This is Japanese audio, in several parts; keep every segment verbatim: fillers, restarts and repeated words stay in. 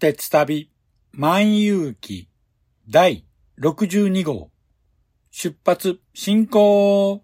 鉄旅万有記だいろくじゅうに号出発進行。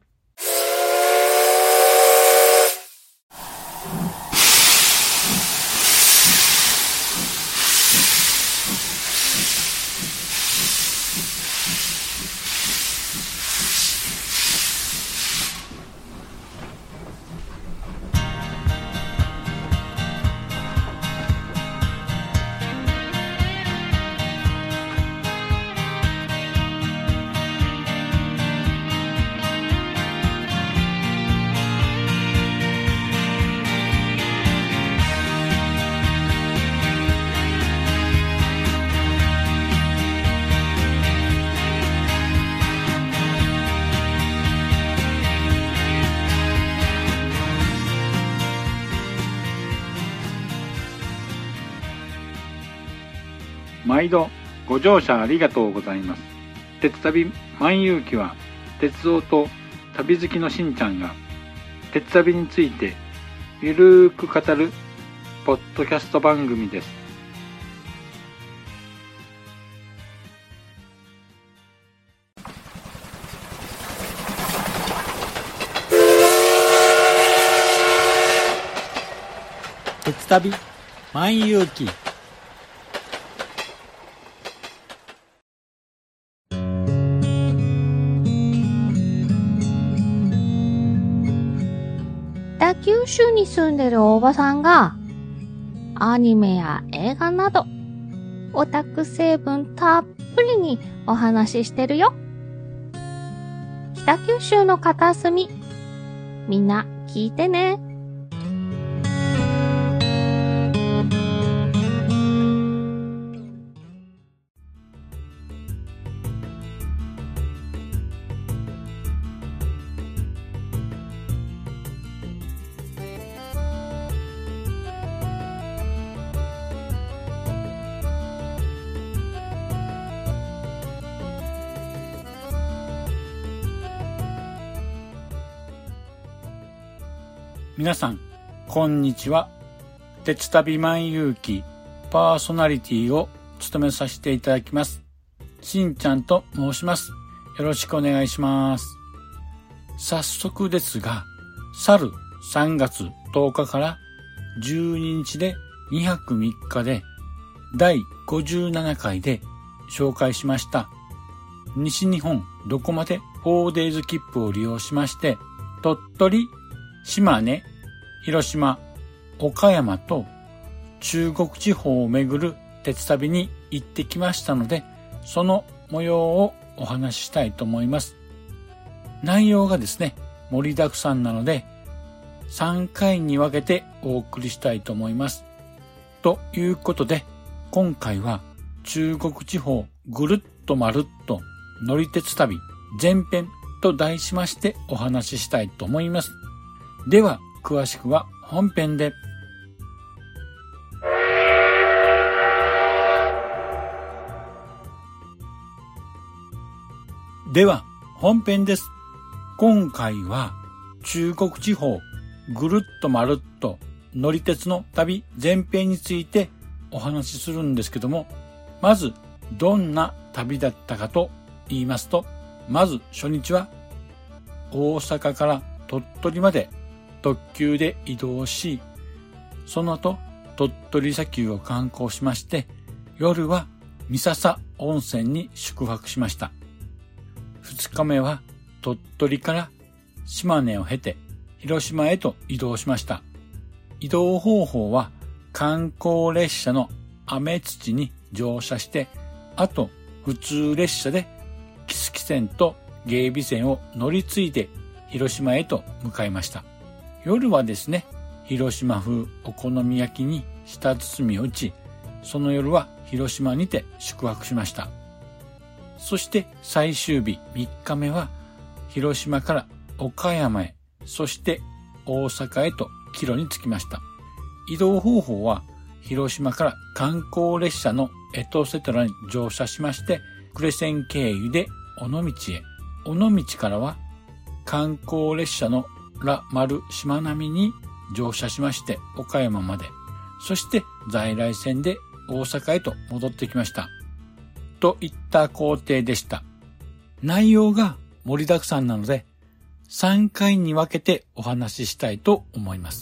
毎度ご乗車ありがとうございます。鉄旅万有記は鉄道と旅好きのしんちゃんが鉄旅についてゆるーく語るポッドキャスト番組です。鉄旅万有記北九州に住んでるおばさんがアニメや映画などオタク成分たっぷりにお話ししてるよ。北九州の片隅、みんな聞いてね。 皆さんこんにちは。鉄旅万有記パーソナリティを務めさせていただきますしんちゃんと申します。よろしくお願いします。早速ですが、去るさんがつとおかからじゅうににちでにはくみっかでだいごじゅうななかいで紹介しました西日本どこまで フォーデイズ 切符を利用しまして鳥取、島根、広島、岡山と中国地方を巡る鉄旅に行ってきましたので、その模様をお話ししたいと思います。内容がですね、盛りだくさんなのでさんかいに分けてお送りしたいと思います。ということで、今回は中国地方ぐるっとまるっと乗り鉄旅前編と題しましてお話ししたいと思います。では詳しくは本編で。では本編です。今回は中国地方ぐるっとまるっと乗り鉄の旅前編についてお話しするんですけども、まずどんな旅だったかと言いますと、まず初日は大阪から鳥取まで特急で移動し、その後鳥取砂丘を観光しまして、夜は三笹温泉に宿泊しました。二日目は鳥取から島根を経て広島へと移動しました。移動方法は観光列車の雨土に乗車して、あと普通列車で木次線と芸備線を乗り継いで広島へと向かいました。夜はですね、広島風お好み焼きに舌包みを打ち、その夜は広島にて宿泊しました。そして最終日みっかめは広島から岡山へ、そして大阪へと帰路に着きました。移動方法は広島から観光列車のエトセトラに乗車しまして、呉線経由で尾道へ。尾道からは観光列車のラ・マル・しまなみに乗車しまして岡山まで、そして在来線で大阪へと戻ってきました。といった工程でした。内容が盛りだくさんなので、さんかいに分けてお話ししたいと思います。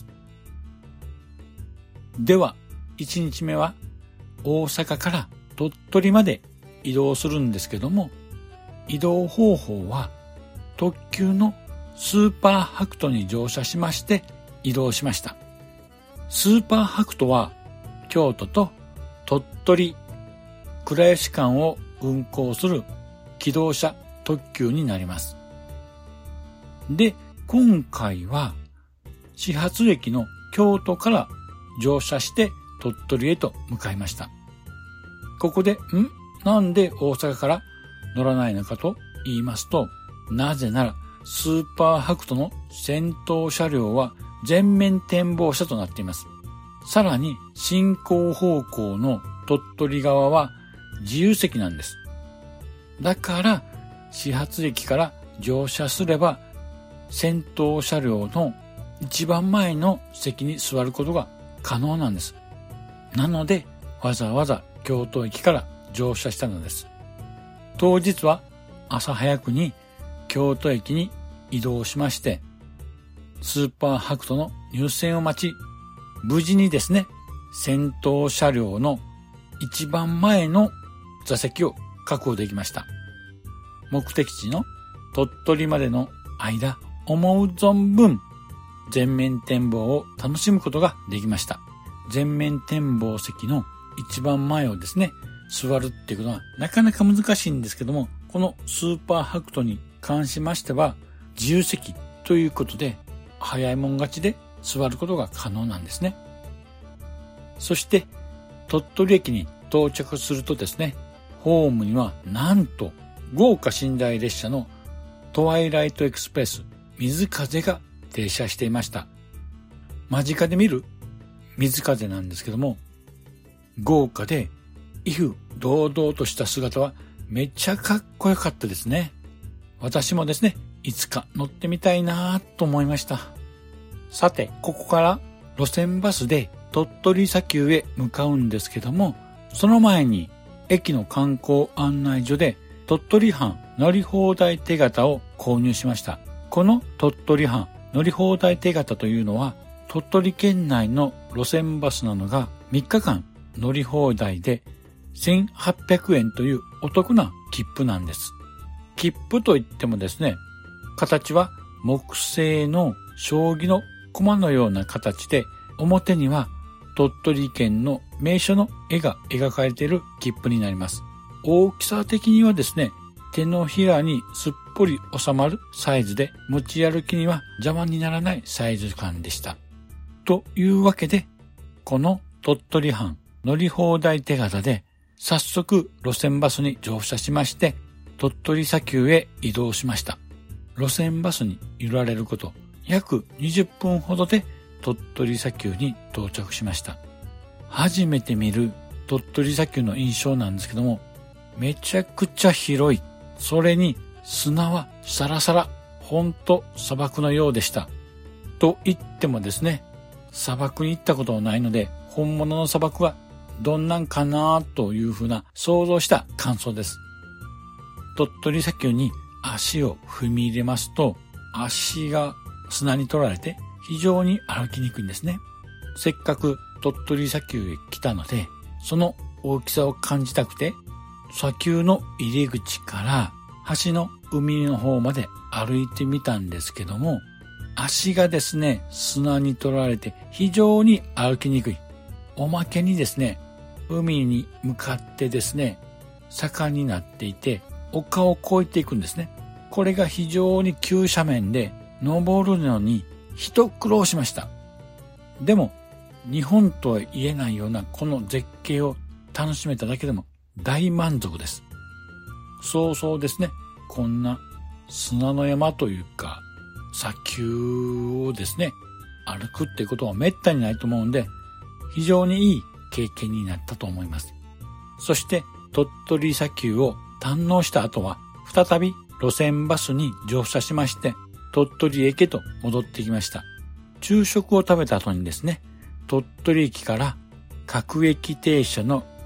では、いちにちめは大阪から鳥取まで移動するんですけども、移動方法は特急のスーパーはくとに乗車しまして移動しました。スーパーはくとは京都と鳥取、倉吉間を運行する気動車特急になります。で、今回は始発駅の京都から乗車して鳥取へと向かいました。ここで、ん?なんで大阪から乗らないのかと言いますと、なぜならスーパーはくとの先頭車両は全面展望車となっています。さらに進行方向の鳥取側は自由席なんです。だから始発駅から乗車すれば先頭車両の一番前の席に座ることが可能なんです。なのでわざわざ京都駅から乗車したのです。当日は朝早くに京都駅に移動しまして、スーパーはくとの入線を待ち、無事にですね、先頭車両の一番前の座席を確保できました。目的地の鳥取までの間、思う存分全面展望を楽しむことができました。全面展望席の一番前をですね、座るっていうことはなかなか難しいんですけども、このスーパーはくとに関しましては自由席ということで早いもん勝ちで座ることが可能なんですね。そして鳥取駅に到着するとですね、ホームにはなんと豪華寝台列車のトワイライトエクスプレス水風が停車していました。間近で見る水風なんですけども、豪華で威風堂々とした姿はめっちゃかっこよかったですね。私もですね、いつか乗ってみたいなと思いました。さて、ここから路線バスで鳥取砂丘へ向かうんですけども、その前に駅の観光案内所で鳥取藩乗り放題手形を購入しました。この鳥取藩乗り放題手形というのは、鳥取県内の路線バスなのがみっかかん乗り放題でせんはっぴゃくえんというお得な切符なんです。切符といってもですね、形は木製の将棋の駒のような形で、表には鳥取県の名所の絵が描かれている切符になります。大きさ的にはですね、手のひらにすっぽり収まるサイズで、持ち歩きには邪魔にならないサイズ感でした。というわけで、この鳥取藩乗り放題手形で早速路線バスに乗車しまして、鳥取砂丘へ移動しました。路線バスに揺られること約にじゅっぷんほどで鳥取砂丘に到着しました。初めて見る鳥取砂丘の印象なんですけども、めちゃくちゃ広い。それに砂はサラサラ。ほんと砂漠のようでした。と言ってもですね、砂漠に行ったことはないので、本物の砂漠はどんなんかなというふうな想像した感想です。鳥取砂丘に足を踏み入れますと、足が砂に取られて非常に歩きにくいんですね。せっかく鳥取砂丘へ来たので、その大きさを感じたくて、砂丘の入り口から橋の海の方まで歩いてみたんですけども、足がですね、砂に取られて非常に歩きにくい。おまけにですね、海に向かってですね、坂になっていて、丘を越えていくんですね。これが非常に急斜面で、登るのに一苦労しました。でも、日本とは言えないようなこの絶景を楽しめただけでも大満足です。そうそうですね、こんな砂の山というか、砂丘をですね、歩くってことは滅多にないと思うんで、非常にいい経験になったと思います。そして鳥取砂丘を堪能した後は、再び路線バスに乗車しまして、鳥取駅へと戻ってきました。昼食を食べた後にですね、鳥取駅から各駅停車の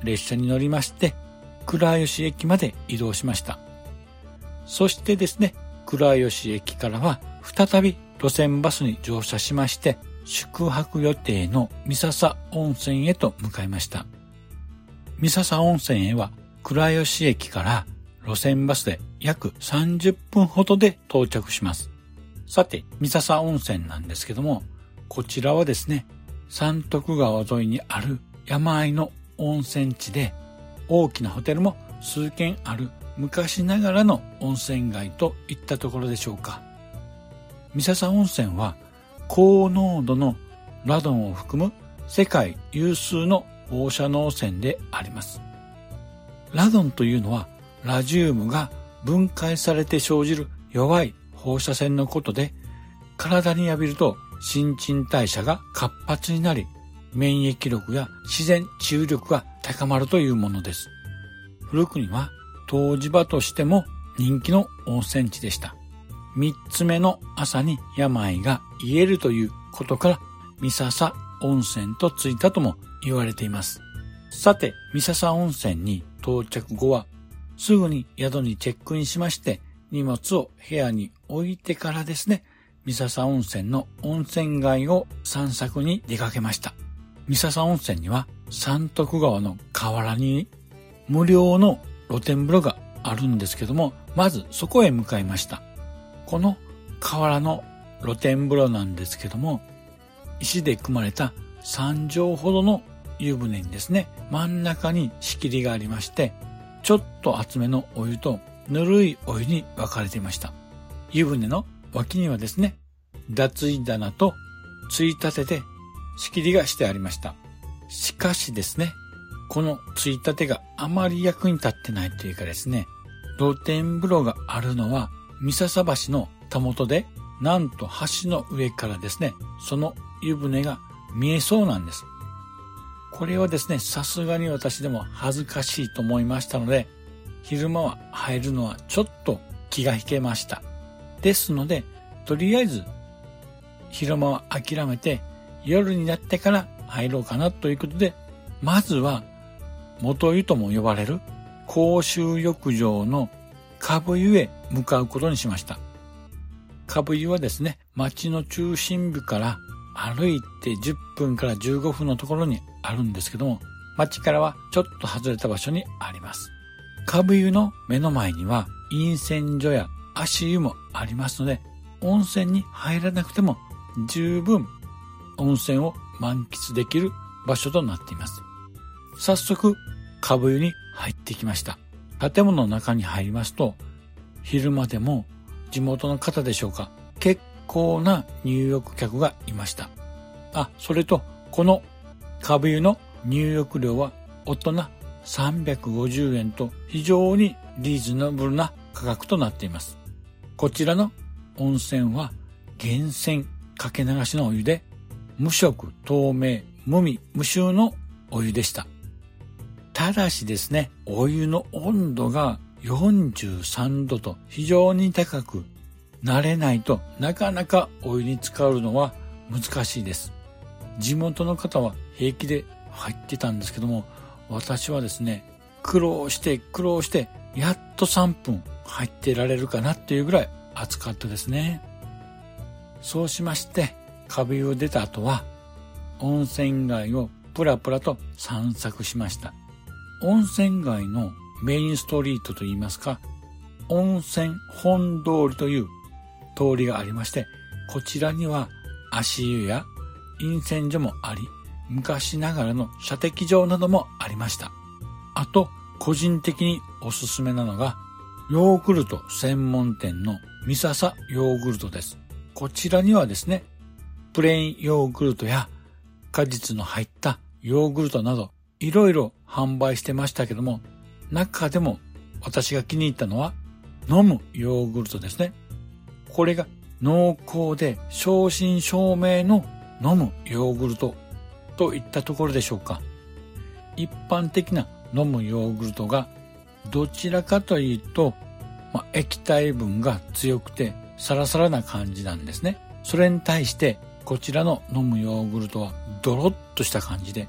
列車に乗りまして、倉吉駅まで移動しました。そしてですね、倉吉駅からは再び路線バスに乗車しまして、宿泊予定の三笹温泉へと向かいました。三笹温泉へは倉吉駅から路線バスで約さんじゅっぷんほどで到着します。さて、三笹温泉なんですけども、こちらはですね、三徳川沿いにある山あいの温泉地で、大きなホテルも数軒ある昔ながらの温泉街といったところでしょうか。三笹温泉は高濃度のラドンを含む世界有数の放射能泉であります。ラドンというのはラジウムが分解されて生じる弱い放射線のことで、体に浴びると新陳代謝が活発になり、免疫力や自然治癒力が高まるというものです。古くには湯治場としても人気の温泉地でした。三つ目の朝に病が癒えるということから三笹温泉とついたとも言われています。さて、三笹温泉に到着後はすぐに宿にチェックインしまして、荷物を部屋に置いてからですね、三笹温泉の温泉街を散策に出かけました。三笹温泉には三徳川の河原に無料の露天風呂があるんですけども、まずそこへ向かいました。この河原の露天風呂なんですけども、石で組まれた三畳ほどの湯船にですね、真ん中に仕切りがありまして、ちょっと厚めのお湯とぬるいお湯に分かれていました。湯船の脇にはですね、脱衣棚とついたてで仕切りがしてありました。しかしですね、このついたてがあまり役に立ってないというかですね、露天風呂があるのは三笹橋のたもとで、なんと橋の上からですね、その湯船が見えそうなんです。これはですね、さすがに私でも恥ずかしいと思いましたので、昼間は入るのはちょっと気が引けました。ですので、とりあえず昼間は諦めて夜になってから入ろうかなということで、まずは元湯とも呼ばれる公衆浴場の下部湯へ向かうことにしました。下部湯はですね、町の中心部から歩いてじゅっぷんからじゅうごふんのところにあるんですけども、町からはちょっと外れた場所にあります。下部湯の目の前には飲泉所や足湯もありますので、温泉に入らなくても十分温泉を満喫できる場所となっています。早速下部湯に入ってきました。建物の中に入りますと、昼間でも地元の方でしょうか、結構な入浴客がいました。あ、それとこの下部湯の入浴料は大人さんびゃくごじゅうえんと非常にリーズナブルな価格となっています。こちらの温泉は源泉かけ流しのお湯で、無色透明無味無臭のお湯でした。ただしですね、お湯の温度がよんじゅうさんどと非常に高く、慣れないとなかなかお湯に浸かるのは難しいです。地元の方は平気で入ってたんですけども、私はですね、苦労して苦労してやっとさんぷん入ってられるかなっていうぐらい暑かったですね。そうしまして下部湯を出た後は温泉街をプラプラと散策しました。温泉街のメインストリートといいますか、温泉本通りという通りがありまして、こちらには足湯や飲泉所もあり、昔ながらの射的場などもありました。あと個人的におすすめなのがヨーグルト専門店の三笹ヨーグルトです。こちらにはですね、プレーンヨーグルトや果実の入ったヨーグルトなどいろいろ販売してましたけども、中でも私が気に入ったのは飲むヨーグルトですね。これが濃厚で正真正銘の飲むヨーグルトといったところでしょうか。一般的な飲むヨーグルトがどちらかというと、まあ、液体分が強くてサラサラな感じなんですね。それに対してこちらの飲むヨーグルトはドロッとした感じで、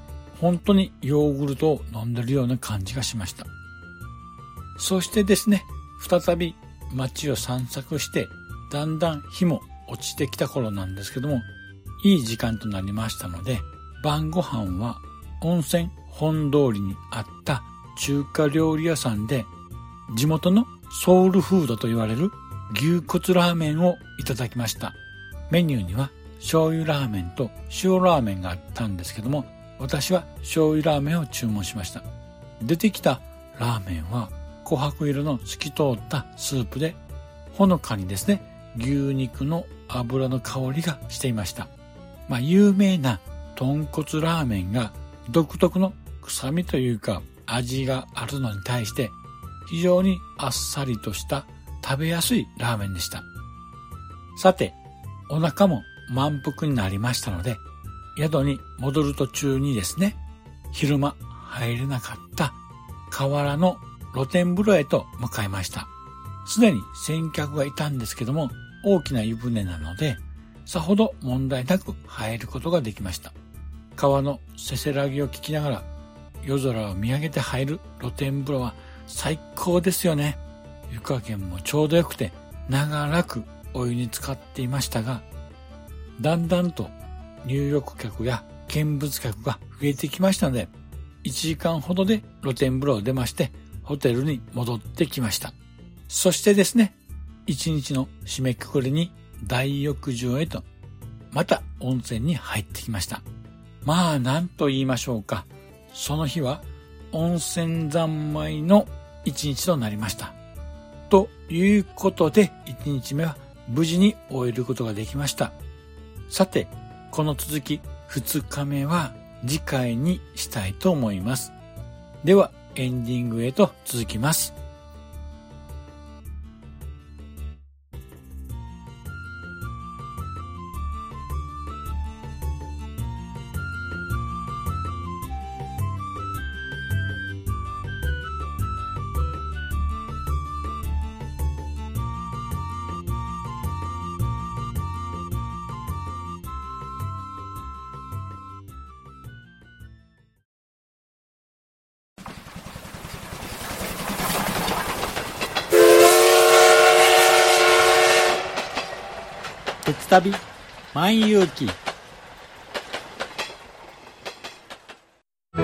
本当にヨーグルトを飲んでるような感じがしました。そしてですね、再び街を散策して、だんだん日も落ちてきた頃なんですけども、いい時間となりましたので、晩ご飯は温泉本通りにあった中華料理屋さんで、地元のソウルフードと言われる牛骨ラーメンをいただきました。メニューには醤油ラーメンと塩ラーメンがあったんですけども、私は醤油ラーメンを注文しました。出てきたラーメンは琥珀色の透き通ったスープで、ほのかにですね、牛肉の油の香りがしていました。まあ有名な豚骨ラーメンが独特の臭みというか味があるのに対して、非常にあっさりとした食べやすいラーメンでした。さて、お腹も満腹になりましたので、宿に戻る途中にですね、昼間入れなかった河原の露天風呂へと向かいました。すでに先客がいたんですけども、大きな湯船なので、さほど問題なく入ることができました。川のせせらぎを聞きながら、夜空を見上げて入る露天風呂は最高ですよね。湯加減もちょうどよくて、長らくお湯に浸かっていましたが、だんだんと入浴客や見物客が増えてきましたので、いちじかんほどで露天風呂を出まして、ホテルに戻ってきました。そしてですね、一日の締めくくりに大浴場へと、また温泉に入ってきました。まあ、なんと言いましょうか。その日は温泉三昧の一日となりました。ということで、一日目は無事に終えることができました。さて、この続き、二日目は次回にしたいと思います。では、エンディングへと続きます。鉄旅万有記。 お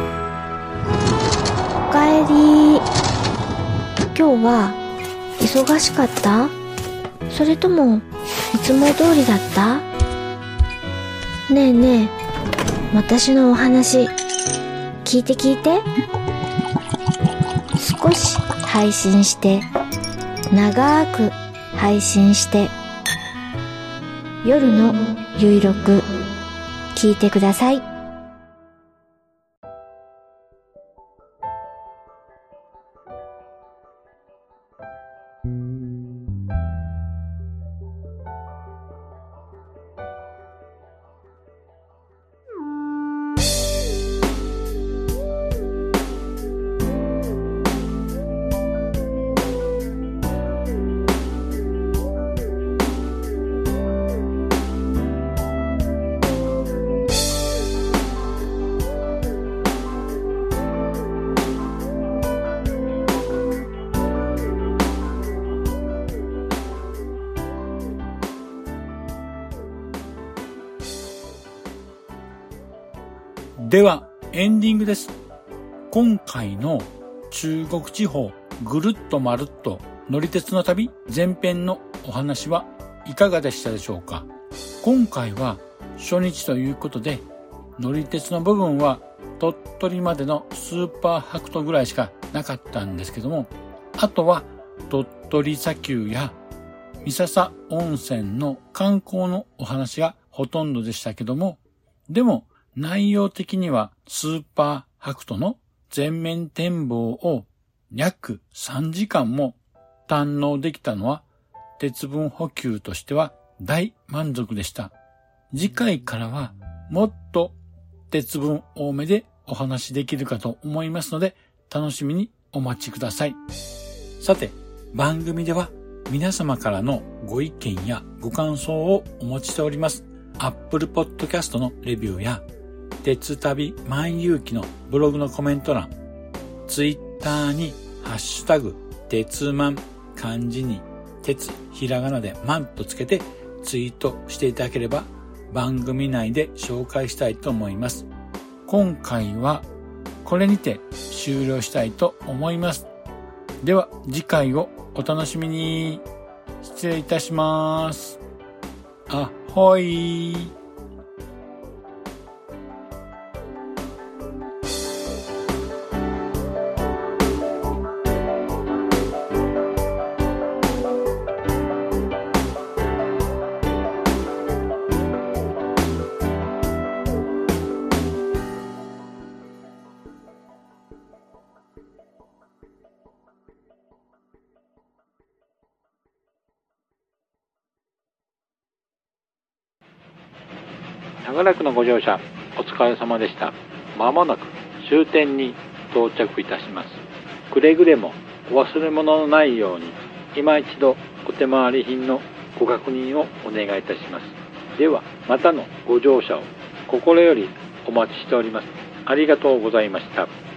かえり。今日は忙しかった？それともいつも通りだった？ねえねえ、私のお話聞いて聞いて。少し配信して、長く配信して、夜のゆいろく聞いてください。 ではエンディングです。今回の中国地方ぐるっとまるっと乗り鉄の旅前編のお話はいかがでしたでしょうか。今回は初日ということで、乗り鉄の部分は鳥取までのスーパーハクトぐらいしかなかったんですけども、あとは鳥取砂丘や三笹温泉の観光のお話がほとんどでしたけども、でも内容的にはスーパーハクトの全面展望を約さんじかんも堪能できたのは鉄分補給としては大満足でした。次回からはもっと鉄分多めでお話できるかと思いますので、楽しみにお待ちください。さて、番組では皆様からのご意見やご感想をお待ちしております。Apple Podcast のレビューや鉄旅万有記のブログのコメント欄、ツイッターにハッシュタグ鉄マン、漢字に鉄、ひらがなでマンとつけてツイートしていただければ番組内で紹介したいと思います。今回はこれにて終了したいと思います。では次回をお楽しみに。失礼いたします。あほい。 長らくのご乗車お疲れ様でした。まもなく終点に到着いたします。くれぐれもお忘れ物のないように今一度お手回り品のご確認をお願いいたします。ではまたのご乗車を心よりお待ちしております。ありがとうございました。